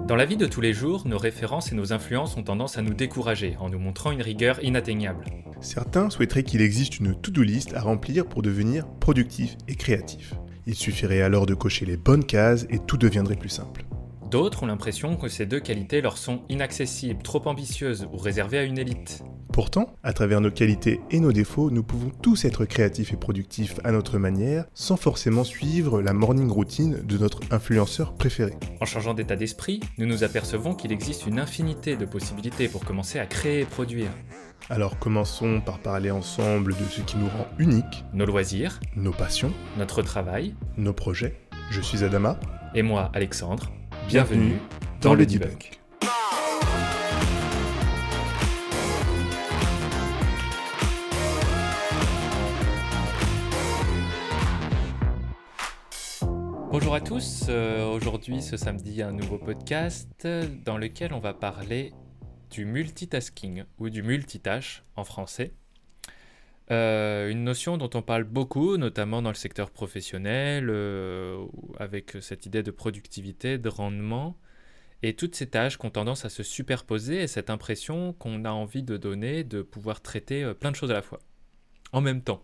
Dans la vie de tous les jours, nos références et nos influences ont tendance à nous décourager en nous montrant une rigueur inatteignable. Certains souhaiteraient qu'il existe une to-do list à remplir pour devenir productif et créatif. Il suffirait alors de cocher les bonnes cases et tout deviendrait plus simple. D'autres ont l'impression que ces deux qualités leur sont inaccessibles, trop ambitieuses ou réservées à une élite. Pourtant, à travers nos qualités et nos défauts, nous pouvons tous être créatifs et productifs à notre manière, sans forcément suivre la morning routine de notre influenceur préféré. En changeant d'état d'esprit, nous nous apercevons qu'il existe une infinité de possibilités pour commencer à créer et produire. Alors commençons par parler ensemble de ce qui nous rend uniques, Nos loisirs, nos passions, notre travail, nos projets. Je suis Adama. et moi, Alexandre. Bienvenue dans le debunk. Bonjour à tous, aujourd'hui ce samedi un nouveau podcast dans lequel on va parler du multitasking ou du multitâche en français. Une notion dont on parle beaucoup, notamment dans le secteur professionnel, avec cette idée de productivité, de rendement, et toutes ces tâches qui ont tendance à se superposer et cette impression qu'on a envie de donner de pouvoir traiter plein de choses à la fois, en même temps.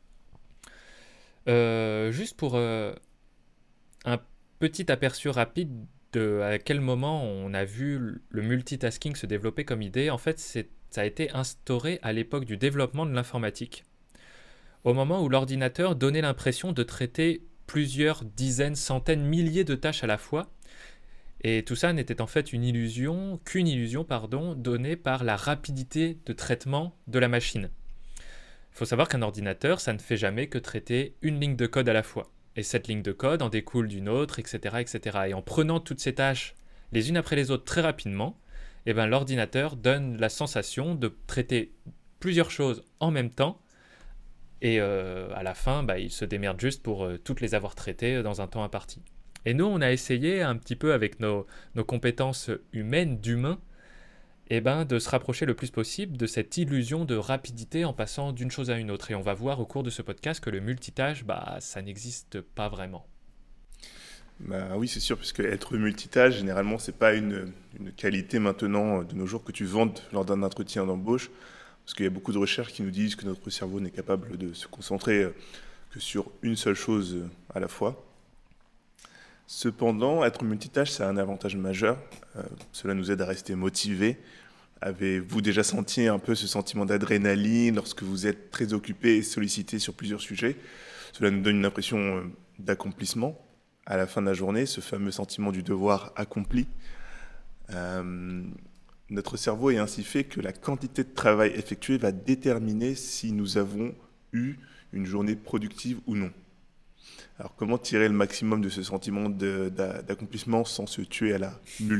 Juste pour un petit aperçu rapide de à quel moment on a vu le multitasking se développer comme idée. En fait, ça a été instauré à l'époque du développement de l'informatique, au moment où l'ordinateur donnait l'impression de traiter plusieurs dizaines, centaines, milliers de tâches à la fois. Et tout ça n'était en fait qu'une illusion, donnée par la rapidité de traitement de la machine. Il faut savoir qu'un ordinateur, ça ne fait jamais que traiter une ligne de code à la fois. Et cette ligne de code en découle d'une autre, etc., etc. Et en prenant toutes ces tâches les unes après les autres très rapidement, l'ordinateur donne la sensation de traiter plusieurs choses en même temps. Et à la fin, il se démerde juste pour toutes les avoir traitées dans un temps imparti. Et nous, on a essayé un petit peu avec nos compétences humaines, d'humains, de se rapprocher le plus possible de cette illusion de rapidité en passant d'une chose à une autre. Et on va voir au cours de ce podcast que le multitâche, ça n'existe pas vraiment. Oui, c'est sûr, puisque être multitâche, généralement, c'est pas une qualité maintenant de nos jours que tu vantes lors d'un entretien d'embauche, parce qu'il y a beaucoup de recherches qui nous disent que notre cerveau n'est capable de se concentrer que sur une seule chose à la fois. Cependant, être multitâche, ça a un avantage majeur. Cela nous aide à rester motivés. Avez-vous déjà senti un peu ce sentiment d'adrénaline lorsque vous êtes très occupé et sollicité sur plusieurs sujets ? Cela nous donne une impression d'accomplissement à la fin de la journée, ce fameux sentiment du devoir accompli. Notre cerveau est ainsi fait que la quantité de travail effectué va déterminer si nous avons eu une journée productive ou non. Alors, comment tirer le maximum de ce sentiment d'accomplissement sans se tuer à la multitâche ?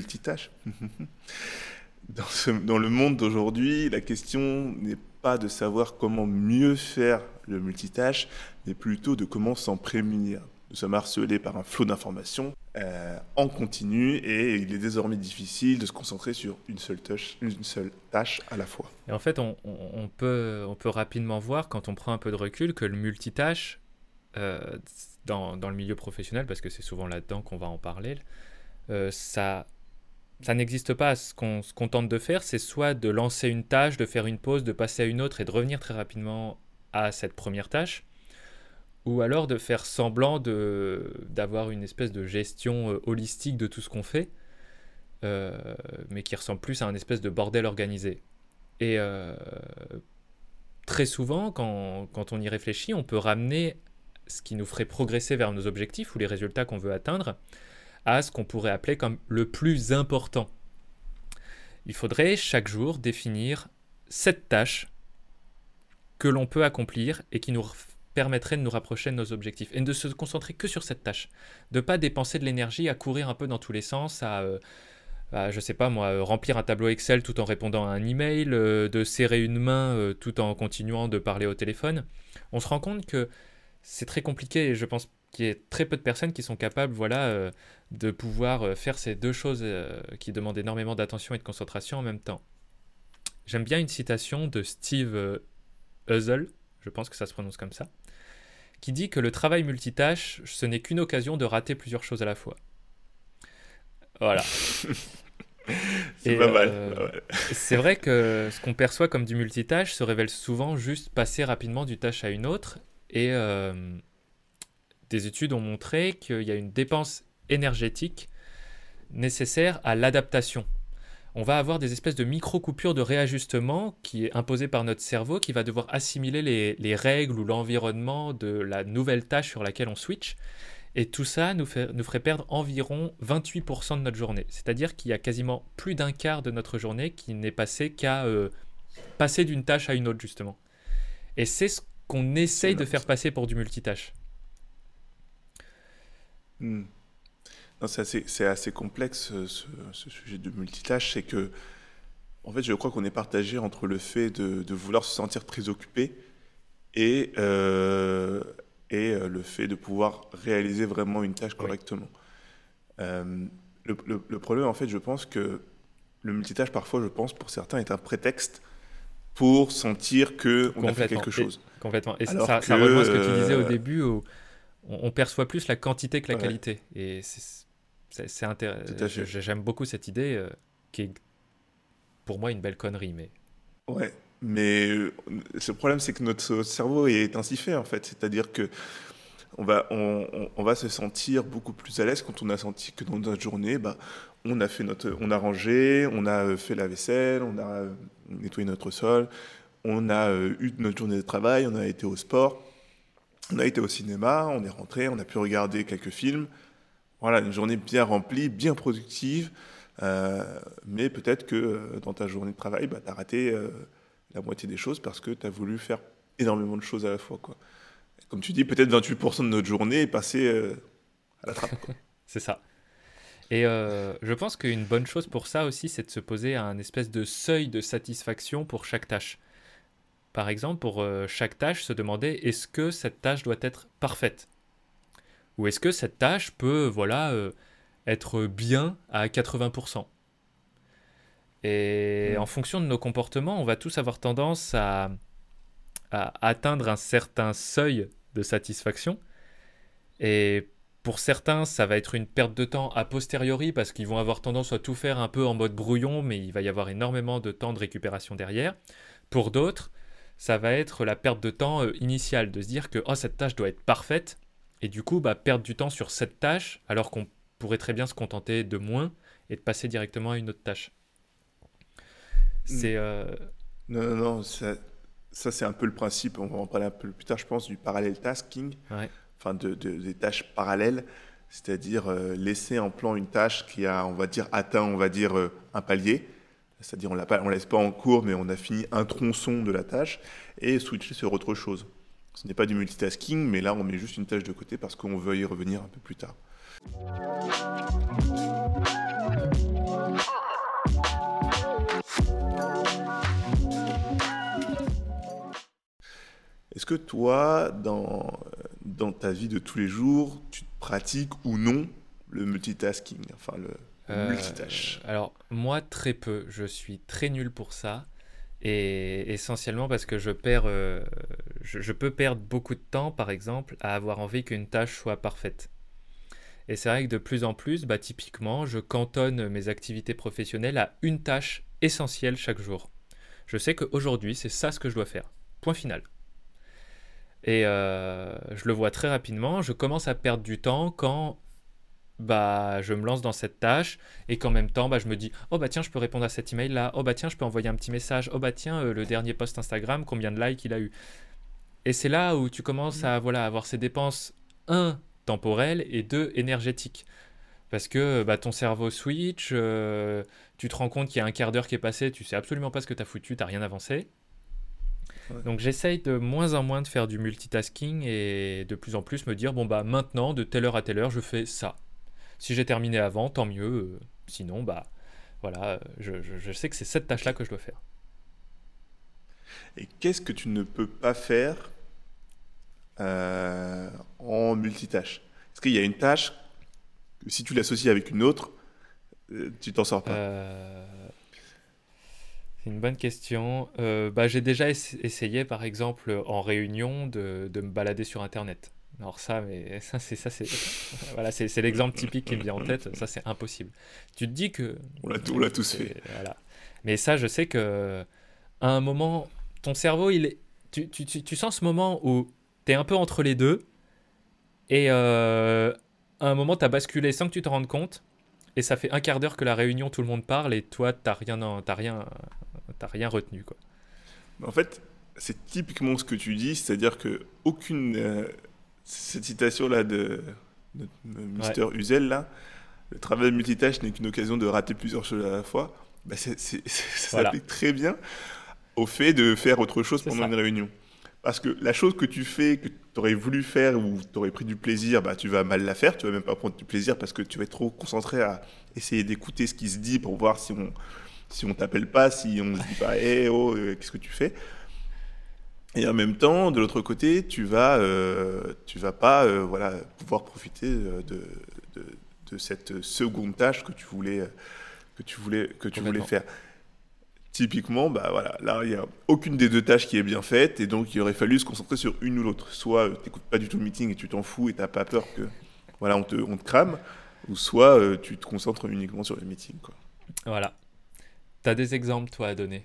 Dans le monde d'aujourd'hui, la question n'est pas de savoir comment mieux faire le multitâche, mais plutôt de comment s'en prémunir. Nous sommes harcelés par un flot d'informations en continu et il est désormais difficile de se concentrer sur une seule tâche à la fois. Et en fait, on peut rapidement voir, quand on prend un peu de recul, que le multitâche, dans le milieu professionnel, parce que c'est souvent là-dedans qu'on va en parler, ça n'existe pas. Ce qu'on tente de faire, c'est soit de lancer une tâche, de faire une pause, de passer à une autre et de revenir très rapidement à cette première tâche, ou alors de faire semblant d'avoir une espèce de gestion holistique de tout ce qu'on fait, mais qui ressemble plus à un espèce de bordel organisé. Et très souvent, quand on y réfléchit, on peut ramener ce qui nous ferait progresser vers nos objectifs ou les résultats qu'on veut atteindre à ce qu'on pourrait appeler comme le plus important. Il faudrait chaque jour définir 7 tâches que l'on peut accomplir et qui nous permettraient de nous rapprocher de nos objectifs et de se concentrer que sur cette tâche, de ne pas dépenser de l'énergie à courir un peu dans tous les sens, à remplir un tableau Excel tout en répondant à un email, de serrer une main tout en continuant de parler au téléphone. On se rend compte que c'est très compliqué et je pense qu'il y a très peu de personnes qui sont capables de pouvoir faire ces deux choses qui demandent énormément d'attention et de concentration en même temps. J'aime bien une citation de Steve Hussel, je pense que ça se prononce comme ça, qui dit que le travail multitâche, ce n'est qu'une occasion de rater plusieurs choses à la fois. Voilà. C'est Et pas mal. Pas mal. c'est vrai que ce qu'on perçoit comme du multitâche se révèle souvent juste passer rapidement d'une tâche à une autre. Et des études ont montré qu'il y a une dépense énergétique nécessaire à l'adaptation. On va avoir des espèces de micro-coupures de réajustement qui est imposée par notre cerveau, qui va devoir assimiler les règles ou l'environnement de la nouvelle tâche sur laquelle on switch. Et tout ça nous ferait perdre environ 28% de notre journée. C'est-à-dire qu'il y a quasiment plus d'un quart de notre journée qui n'est passé qu'à passer d'une tâche à une autre, justement. Et c'est ce qu'on C'est essaye de énorme faire ça. passer pour du multitâche. Hmm. Non, c'est assez complexe ce sujet de multitâche. C'est que, en fait, je crois qu'on est partagé entre le fait de vouloir se sentir très occupé et, euh, le fait de pouvoir réaliser vraiment une tâche Oui, correctement. Euh, le problème, en fait, je pense que le multitâche, parfois, je pense, pour certains, est un prétexte pour sentir que on a fait complètement. quelque chose. Complètement. Et Alors ça, que, ça rejoint ce que tu disais au début, où on perçoit plus la quantité que la ouais, qualité. Et tout à fait. j'aime beaucoup cette idée, qui est pour moi une belle connerie. Mais Ouais. Mais ce problème, c'est que notre cerveau est ainsi fait, en fait. C'est-à-dire que on va se sentir beaucoup plus à l'aise quand on a senti que dans notre journée, bah, on a rangé, on a fait la vaisselle, on a nettoyé notre sol, on a eu notre journée de travail, on a été au sport, on a été au cinéma, on est rentré, on a pu regarder quelques films. Voilà, une journée bien remplie, bien productive. Mais peut-être que dans ta journée de travail, bah, tu as raté la moitié des choses parce que tu as voulu faire énormément de choses à la fois, quoi. Comme tu dis, peut-être 28% de notre journée est passée à la trappe, quoi. c'est ça. Et je pense qu'une bonne chose pour ça aussi, c'est de se poser un espèce de seuil de satisfaction pour chaque tâche. Par exemple, pour chaque tâche, se demander est-ce que cette tâche doit être parfaite? Ou est-ce que cette tâche peut, voilà, être bien à 80%? Et Hmm. en fonction de nos comportements, on va tous avoir tendance à atteindre un certain seuil de satisfaction. Et pour certains, ça va être une perte de temps a posteriori parce qu'ils vont avoir tendance à tout faire un peu en mode brouillon, mais il va y avoir énormément de temps de récupération derrière. Pour d'autres, ça va être la perte de temps initiale, de se dire que oh, cette tâche doit être parfaite, et du coup, bah, perdre du temps sur cette tâche, alors qu'on pourrait très bien se contenter de moins et de passer directement à une autre tâche. Hmm. C'est Non, non, non, ça c'est un peu le principe, on va en parler un peu plus tard, je pense, du parallel tasking, ouais, enfin des tâches parallèles, c'est-à-dire laisser en plan une tâche qui a, on va dire, atteint, on va dire, un palier, c'est-à-dire on laisse pas en cours, mais on a fini un tronçon de la tâche, et switcher sur autre chose. Ce n'est pas du multitasking, mais là on met juste une tâche de côté parce qu'on veut y revenir un peu plus tard. Est-ce que toi, dans ta vie de tous les jours, tu pratiques ou non le multitasking, enfin le multitâche? alors, moi, très peu. Je suis très nul pour ça. Et essentiellement parce que je peux perdre beaucoup de temps, par exemple, à avoir envie qu'une tâche soit parfaite. Et c'est vrai que de plus en plus, bah, typiquement, je cantonne mes activités professionnelles à une tâche essentielle chaque jour. Je sais qu'aujourd'hui, c'est ça ce que je dois faire. Point final. Et je le vois très rapidement. Je commence à perdre du temps quand bah, je me lance dans cette tâche et qu'en même temps, bah, je me dis oh bah tiens, je peux répondre à cet email là. Oh bah tiens, je peux envoyer un petit message. Oh bah tiens, le dernier post Instagram, combien de likes il a eu. Et c'est là où tu commences à voilà, avoir ces dépenses, un, temporelles et deux, énergétiques. Parce que bah, ton cerveau switch, tu te rends compte qu'il y a un quart d'heure qui est passé, tu sais absolument pas ce que tu as foutu, tu rien avancé. Ouais. Donc j'essaye de moins en moins de faire du multitasking et de plus en plus me dire bon bah maintenant de telle heure à telle heure je fais ça. Si j'ai terminé avant, tant mieux. Sinon bah voilà, je sais que c'est cette tâche là Ok. que je dois faire. Et qu'est-ce que tu ne peux pas faire euh, en multitâche? Est-ce qu'il y a une tâche que si tu l'associes avec une autre, tu t'en sors pas? Euh, c'est une bonne question. Bah, j'ai déjà essayé par exemple en réunion de me balader sur internet. Alors ça, mais ça c'est voilà, c'est l'exemple typique qui me vient en tête. Ça, c'est impossible. Tu te dis que On l'a tous fait. voilà. Mais ça, je sais que à un moment, ton cerveau, tu sens ce moment où tu es un peu entre les deux et à un moment, tu as basculé sans que tu te rendes compte et ça fait un quart d'heure que la réunion, tout le monde parle et toi, t'as rien retenu, quoi. En fait, c'est typiquement ce que tu dis, c'est-à-dire que aucune cette citation là de Ouais, Mister Uzel là, le travail multitâche n'est qu'une occasion de rater plusieurs choses à la fois. Bah, ça voilà, s'applique très bien au fait de faire autre chose c'est pendant une ça. réunion. Parce que la chose que tu fais, que tu aurais voulu faire ou tu aurais pris du plaisir, bah, tu vas mal la faire, tu vas même pas prendre du plaisir parce que tu vas être trop concentré à essayer d'écouter ce qui se dit pour voir si on t'appelle pas, si on se dit pas, hé, oh, qu'est-ce que tu fais? Et en même temps, de l'autre côté, tu vas pas, voilà, pouvoir profiter de, de cette seconde tâche que tu voulais Complètement. faire. Typiquement, bah voilà, là, il n'y a aucune des deux tâches qui est bien faite, et donc il aurait fallu se concentrer sur une ou l'autre. Soit tu n'écoutes pas du tout le meeting et tu t'en fous et tu n'as pas peur que voilà, on te crame, ou soit tu te concentres uniquement sur le meeting, quoi. Voilà. T'as des exemples, toi, à donner?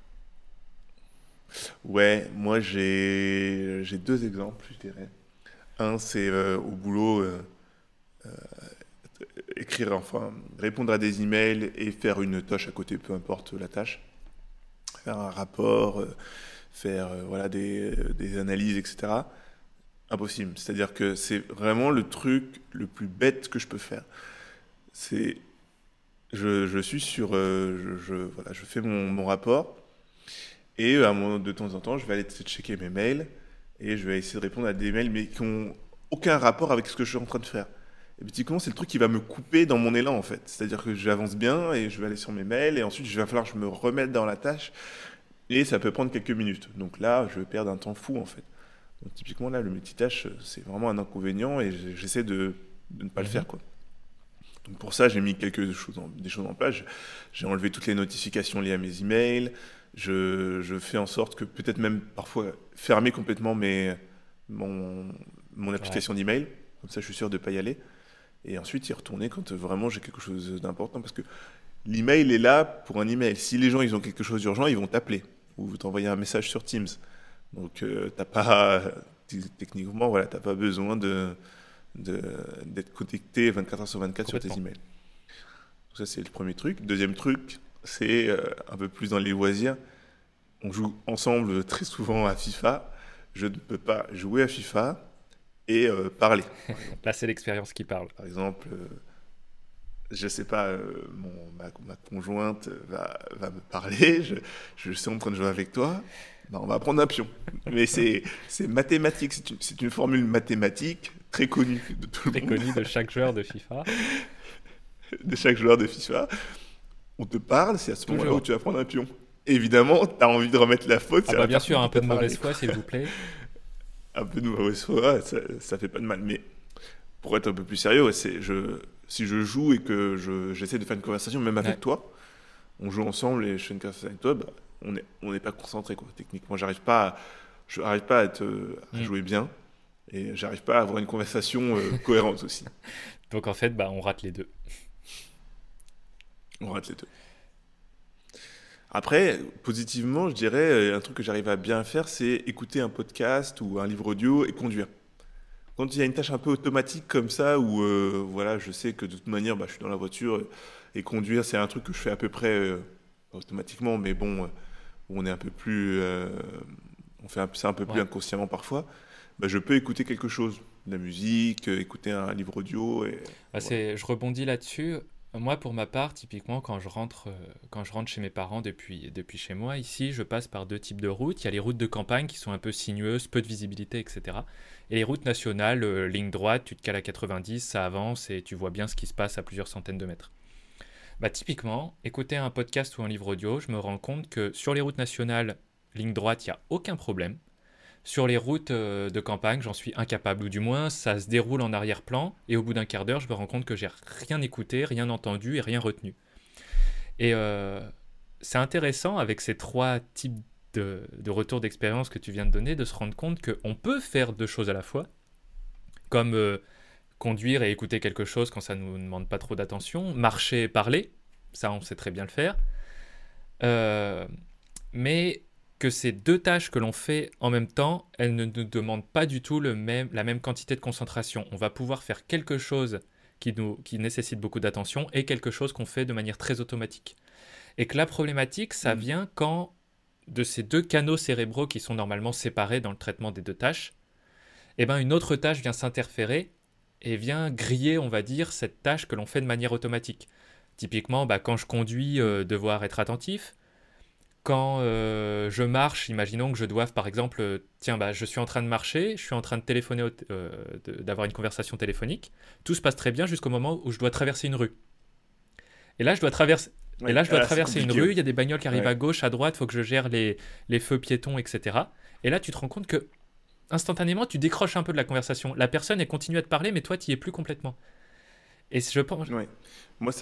Ouais, moi j'ai deux exemples, je dirais. Un, c'est au boulot, écrire, enfin, répondre à des emails et faire une tâche à côté, peu importe la tâche. Faire un rapport, faire voilà, des analyses, etc. Impossible. C'est-à-dire que c'est vraiment le truc le plus bête que je peux faire. C'est, je suis sur, voilà, je fais mon rapport et à un moment de temps en temps, je vais aller checker mes mails et je vais essayer de répondre à des mails mais qui ont aucun rapport avec ce que je suis en train de faire. Et typiquement, c'est le truc qui va me couper dans mon élan en fait. C'est-à-dire que j'avance bien et je vais aller sur mes mails et ensuite il va falloir que je me remette dans la tâche et ça peut prendre quelques minutes. Donc là, je vais perdre un temps fou en fait. Donc typiquement là, le multitâche, c'est vraiment un inconvénient et j'essaie de ne pas le Mhm. faire quoi. Donc pour ça, j'ai mis des choses en place. J'ai enlevé toutes les notifications liées à mes emails. Je fais en sorte que peut-être même parfois fermer complètement mon, mon Ouais. application d'email. Comme ça, je suis sûr de ne pas y aller. Et ensuite, y retourner quand vraiment j'ai quelque chose d'important. Parce que l'email est là pour un email. Si les gens ils ont quelque chose d'urgent, ils vont t'appeler ou t'envoyer un message sur Teams. Donc, t'as pas, techniquement, voilà, t'as pas besoin de- d'être connecté 24 heures sur 24 sur tes Complètement. emails. Donc ça, c'est le premier truc. Deuxième truc, c'est un peu plus dans les loisirs. On joue ensemble très souvent à FIFA. Je ne peux pas jouer à FIFA et parler, par exemple. Là, c'est l'expérience qui parle. Par exemple, je sais pas, ma conjointe va me parler, je suis en train de jouer avec toi, ben, on va prendre un pion. Mais c'est mathématique, c'est une formule mathématique très connue de tout le Très monde, connu de chaque joueur de FIFA. de chaque joueur de FIFA. On te parle, c'est à ce moment-là où Toujours. tu vas prendre un pion. Évidemment, tu as envie de remettre la faute Ah sur bah la bien personne sûr, un qui peu t'a de mauvaise parlé, foi, quoi. s'il vous plaît. Un peu de mauvaise foi, ça fait pas de mal. Mais pour être un peu plus sérieux, ouais, si je joue et que j'essaie de faire une conversation, même Ouais. avec toi, on joue ensemble et je fais une conversation avec toi, bah, on n'est pas concentré, quoi. Techniquement, je n'arrive pas à Mm. jouer bien et j'arrive pas à avoir une conversation cohérente aussi. Donc en fait, bah, on rate les deux. On rate les deux. Après, positivement, je dirais, un truc que j'arrive à bien faire, c'est écouter un podcast ou un livre audio et conduire. Quand il y a une tâche un peu automatique comme ça, où voilà, je sais que de toute manière, bah, je suis dans la voiture et conduire, c'est un truc que je fais à peu près pas automatiquement, mais bon, où on est un peu plus, on fait ça un peu plus Ouais. inconsciemment parfois, bah, je peux écouter quelque chose, de la musique, écouter un livre audio et Bah, voilà. je rebondis là-dessus. Moi, pour ma part, typiquement, quand je rentre chez mes parents depuis chez moi, ici, je passe par deux types de routes. Il y a les routes de campagne qui sont un peu sinueuses, peu de visibilité, etc. Et les routes nationales, ligne droite, tu te cales à 90, ça avance et tu vois bien ce qui se passe à plusieurs centaines de mètres. Bah, typiquement, écouter un podcast ou un livre audio, je me rends compte que sur les routes nationales, ligne droite, il n'y a aucun problème. Sur les routes de campagne, j'en suis incapable, ou du moins ça se déroule en arrière-plan, et au bout d'un quart d'heure, je me rends compte que j'ai rien écouté, rien entendu et rien retenu. Et c'est intéressant avec ces trois types de retours d'expérience que tu viens de donner, de se rendre compte qu'on peut faire deux choses à la fois, comme conduire et écouter quelque chose quand ça ne nous demande pas trop d'attention, marcher et parler, ça on sait très bien le faire. Euh, mais que ces deux tâches que l'on fait en même temps, elles ne nous demandent pas du tout la même quantité de concentration. On va pouvoir faire quelque chose qui nécessite beaucoup d'attention et quelque chose qu'on fait de manière très automatique. Et que la problématique, ça Mm. vient quand de ces deux canaux cérébraux qui sont normalement séparés dans le traitement des deux tâches, eh ben une autre tâche vient s'interférer et vient griller, on va dire, cette tâche que l'on fait de manière automatique. Typiquement, quand je conduis, Mm. devoir être attentif. Quand je marche, imaginons que je doive, par exemple, tiens, je suis en train de marcher, je suis en train de téléphoner, d'avoir une conversation téléphonique. Tout se passe très bien jusqu'au moment où je dois traverser une rue. Et là, je dois traverser. Et Ouais, là, je dois c'est traverser une compliqué, rue, ouais. il y a des bagnoles qui arrivent Ouais. à gauche, à droite, il faut que je gère les feux piétons, etc. Et là, tu te rends compte que instantanément, tu décroches un peu de la conversation. La personne, elle continue à te parler, mais toi, tu y es plus complètement. Et je pense. Ouais. Moi,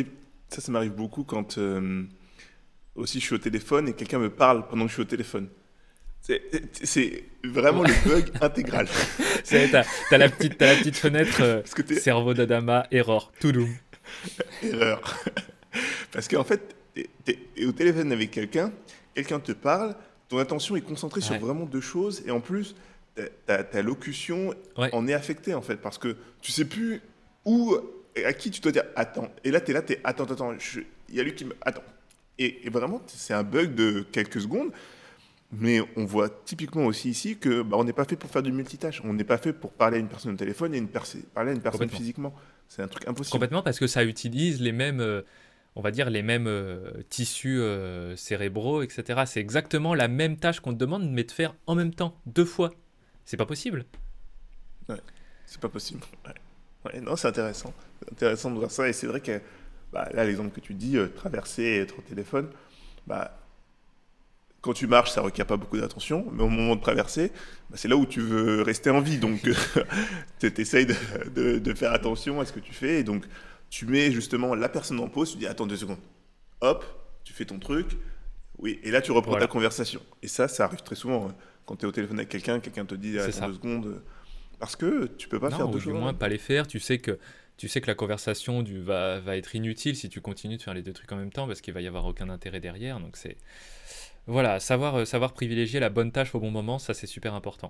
ça m'arrive beaucoup quand aussi je suis au téléphone et quelqu'un me parle pendant que je suis au téléphone. C'est c'est vraiment le bug intégral. T'as la petite fenêtre Parce que t'es cerveau d'Adama, error, tout doom. erreur. Parce qu'en fait, t'es au téléphone avec quelqu'un, quelqu'un te parle, ton attention est concentrée sur Ouais, vraiment deux choses, et en plus, ta locution ouais, en est affectée, en fait, parce que tu sais plus où, et à qui tu dois dire attends. Et là, attends, attends, il y a lui qui me. Attends. Et vraiment, c'est un bug de quelques secondes, mais on voit typiquement aussi ici que on n'est pas fait pour faire du multitâche. On n'est pas fait pour parler à une personne au téléphone et parler à une personne complètement. physiquement. C'est un truc impossible. Complètement parce que ça utilise les mêmes, on va dire, les mêmes tissus cérébraux, etc. C'est exactement la même tâche qu'on te demande, mais de faire en même temps, deux fois. C'est pas possible. Ouais, c'est pas possible. Ouais. Ouais, non, c'est intéressant. C'est intéressant de voir ça. Et c'est vrai que là, l'exemple que tu dis, traverser et être au téléphone, bah, quand tu marches, ça requiert pas beaucoup d'attention. Mais au moment de traverser, c'est là où tu veux rester en vie. Donc, tu essayes de faire attention à ce que tu fais. Et donc, tu mets justement la personne en pause. Tu dis, attends 2 secondes. Hop, tu fais ton truc. Oui, et là, tu reprends ta Voilà, conversation. Et ça arrive très souvent, hein. Quand tu es au téléphone avec quelqu'un, quelqu'un te dit, c'est attends ça. 2 secondes. Parce que tu peux pas faire Non, deux ou du choses en moins même pas temps. les faire. Tu sais que la conversation va être inutile si tu continues de faire les deux trucs en même temps parce qu'il va y avoir aucun intérêt derrière. Donc c'est voilà, savoir privilégier la bonne tâche au bon moment, ça c'est super important.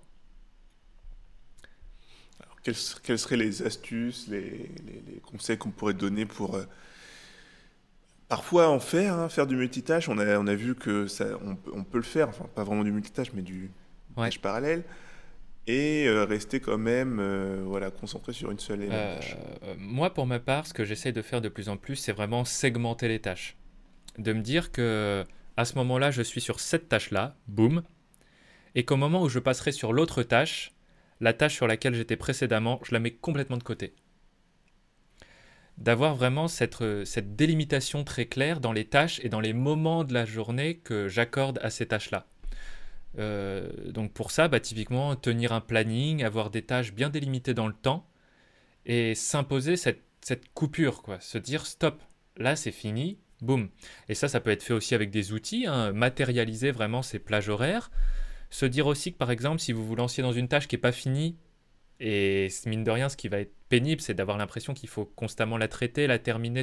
Quelles seraient les astuces, les conseils qu'on pourrait donner pour parfois en faire, hein, faire du multitâche? On a vu que on peut le faire, enfin pas vraiment du multitâche, mais du Ouais. tâche parallèle, et rester quand même voilà, concentré sur une seule et même Euh, tâche. Moi, pour ma part, ce que j'essaye de faire de plus en plus, c'est vraiment segmenter les tâches. De me dire que à ce moment-là, je suis sur cette tâche-là, boum, et qu'au moment où je passerai sur l'autre tâche, la tâche sur laquelle j'étais précédemment, je la mets complètement de côté. D'avoir vraiment cette délimitation très claire dans les tâches et dans les moments de la journée que j'accorde à ces tâches-là. Donc pour ça, typiquement, tenir un planning, avoir des tâches bien délimitées dans le temps et s'imposer cette coupure, quoi. Se dire stop, là c'est fini, boum. Et ça peut être fait aussi avec des outils, hein, matérialiser vraiment ces plages horaires. Se dire aussi que par exemple, si vous vous lanciez dans une tâche qui n'est pas finie, et mine de rien, ce qui va être pénible, c'est d'avoir l'impression qu'il faut constamment la traiter, la terminer,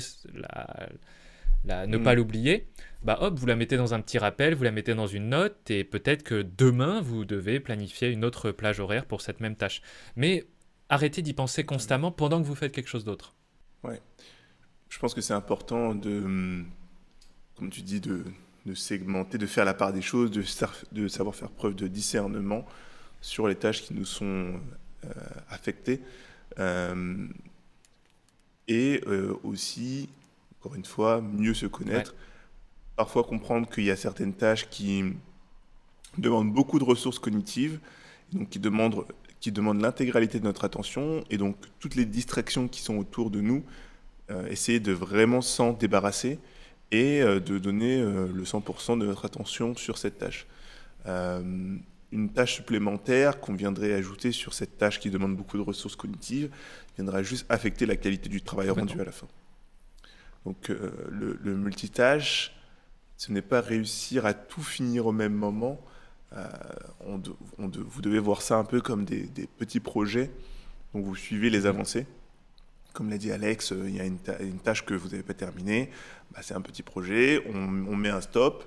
ne pas Hmm. l'oublier. Hop, vous la mettez dans un petit rappel, vous la mettez dans une note, et peut-être que demain, vous devez planifier une autre plage horaire pour cette même tâche. Mais arrêtez d'y penser constamment pendant que vous faites quelque chose d'autre. Ouais. Je pense que c'est important comme tu dis, de segmenter, de faire la part des choses, de savoir faire preuve de discernement sur les tâches qui nous sont affectées. Euh, et aussi, encore une fois, mieux se Ouais, connaître. Parfois comprendre qu'il y a certaines tâches qui demandent beaucoup de ressources cognitives, donc qui demandent l'intégralité de notre attention, et donc toutes les distractions qui sont autour de nous, essayer de vraiment s'en débarrasser et de donner le 100% de notre attention sur cette tâche. Euh, une tâche supplémentaire qu'on viendrait ajouter sur cette tâche qui demande beaucoup de ressources cognitives viendra juste affecter la qualité du travail rendu complètement. à la fin. Donc le multitâche, ce n'est pas réussir à tout finir au même moment. Euh, vous devez voir ça un peu comme des petits projets Donc vous suivez les avancées. Comme l'a dit Alex, il y a une tâche que vous n'avez pas terminée. C'est un petit projet, on met un stop,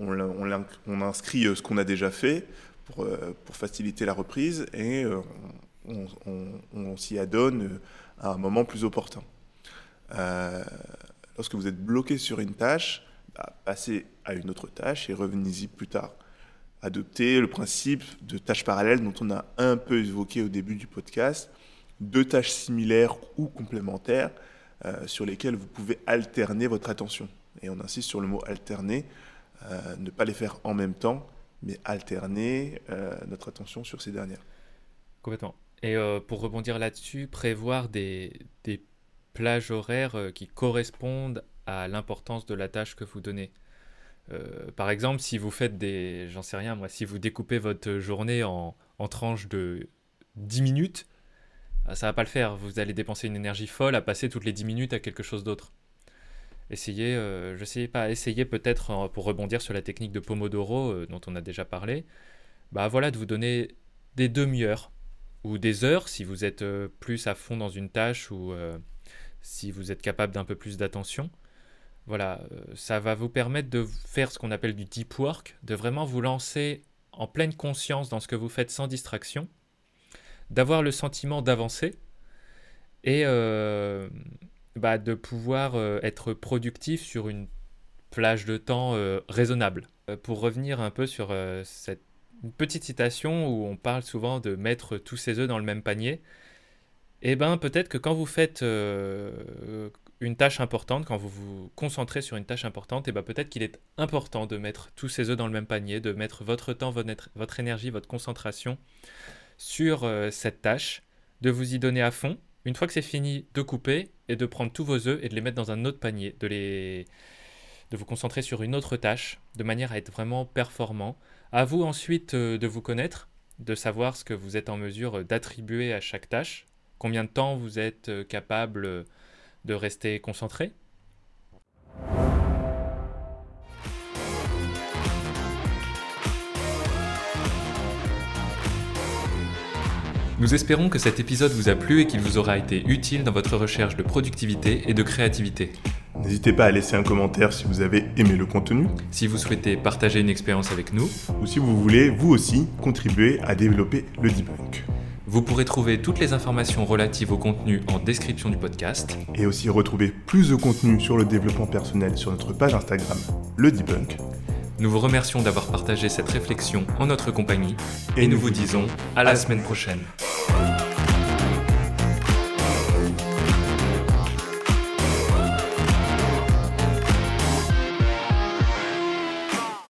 on inscrit ce qu'on a déjà fait pour faciliter la reprise et on s'y adonne à un moment plus opportun. Lorsque vous êtes bloqué sur une tâche, passez à une autre tâche et revenez-y plus tard. Adoptez le principe de tâches parallèles dont on a un peu évoqué au début du podcast, 2 tâches similaires ou complémentaires sur lesquelles vous pouvez alterner votre attention. Et on insiste sur le mot alterner, ne pas les faire en même temps, mais alterner notre attention sur ces dernières. Complètement. Et pour rebondir là-dessus, prévoir des plages horaires qui correspondent à l'importance de la tâche que vous donnez. Par exemple, si vous faites si vous découpez votre journée en tranches de 10 minutes, ça va pas le faire. Vous allez dépenser une énergie folle à passer toutes les 10 minutes à quelque chose d'autre. Essayez peut-être, pour rebondir sur la technique de Pomodoro dont on a déjà parlé, de vous donner des demi-heures ou des heures si vous êtes plus à fond dans une tâche ou si vous êtes capable d'un peu plus d'attention. Voilà, ça va vous permettre de faire ce qu'on appelle du deep work, de vraiment vous lancer en pleine conscience dans ce que vous faites sans distraction, d'avoir le sentiment d'avancer et de pouvoir être productif sur une plage de temps raisonnable. Pour revenir un peu sur cette petite citation où on parle souvent de mettre tous ses œufs dans le même panier, peut-être que quand vous faites une tâche importante, quand vous vous concentrez sur une tâche importante, peut-être qu'il est important de mettre tous ses œufs dans le même panier, de mettre votre temps, votre énergie, votre concentration sur cette tâche, de vous y donner à fond. Une fois que c'est fini, de couper et de prendre tous vos œufs et de les mettre dans un autre panier, de vous concentrer sur une autre tâche, de manière à être vraiment performant. À vous ensuite de vous connaître, de savoir ce que vous êtes en mesure d'attribuer à chaque tâche, combien de temps vous êtes capable de rester concentré. Nous espérons que cet épisode vous a plu et qu'il vous aura été utile dans votre recherche de productivité et de créativité. N'hésitez pas à laisser un commentaire si vous avez aimé le contenu. Si vous souhaitez partager une expérience avec nous. Ou si vous voulez, vous aussi, contribuer à développer le debunk. Vous pourrez trouver toutes les informations relatives au contenu en description du podcast. Et aussi retrouver plus de contenu sur le développement personnel sur notre page Instagram, le debunk. Nous vous remercions d'avoir partagé cette réflexion en notre compagnie et nous vous disons à la semaine prochaine.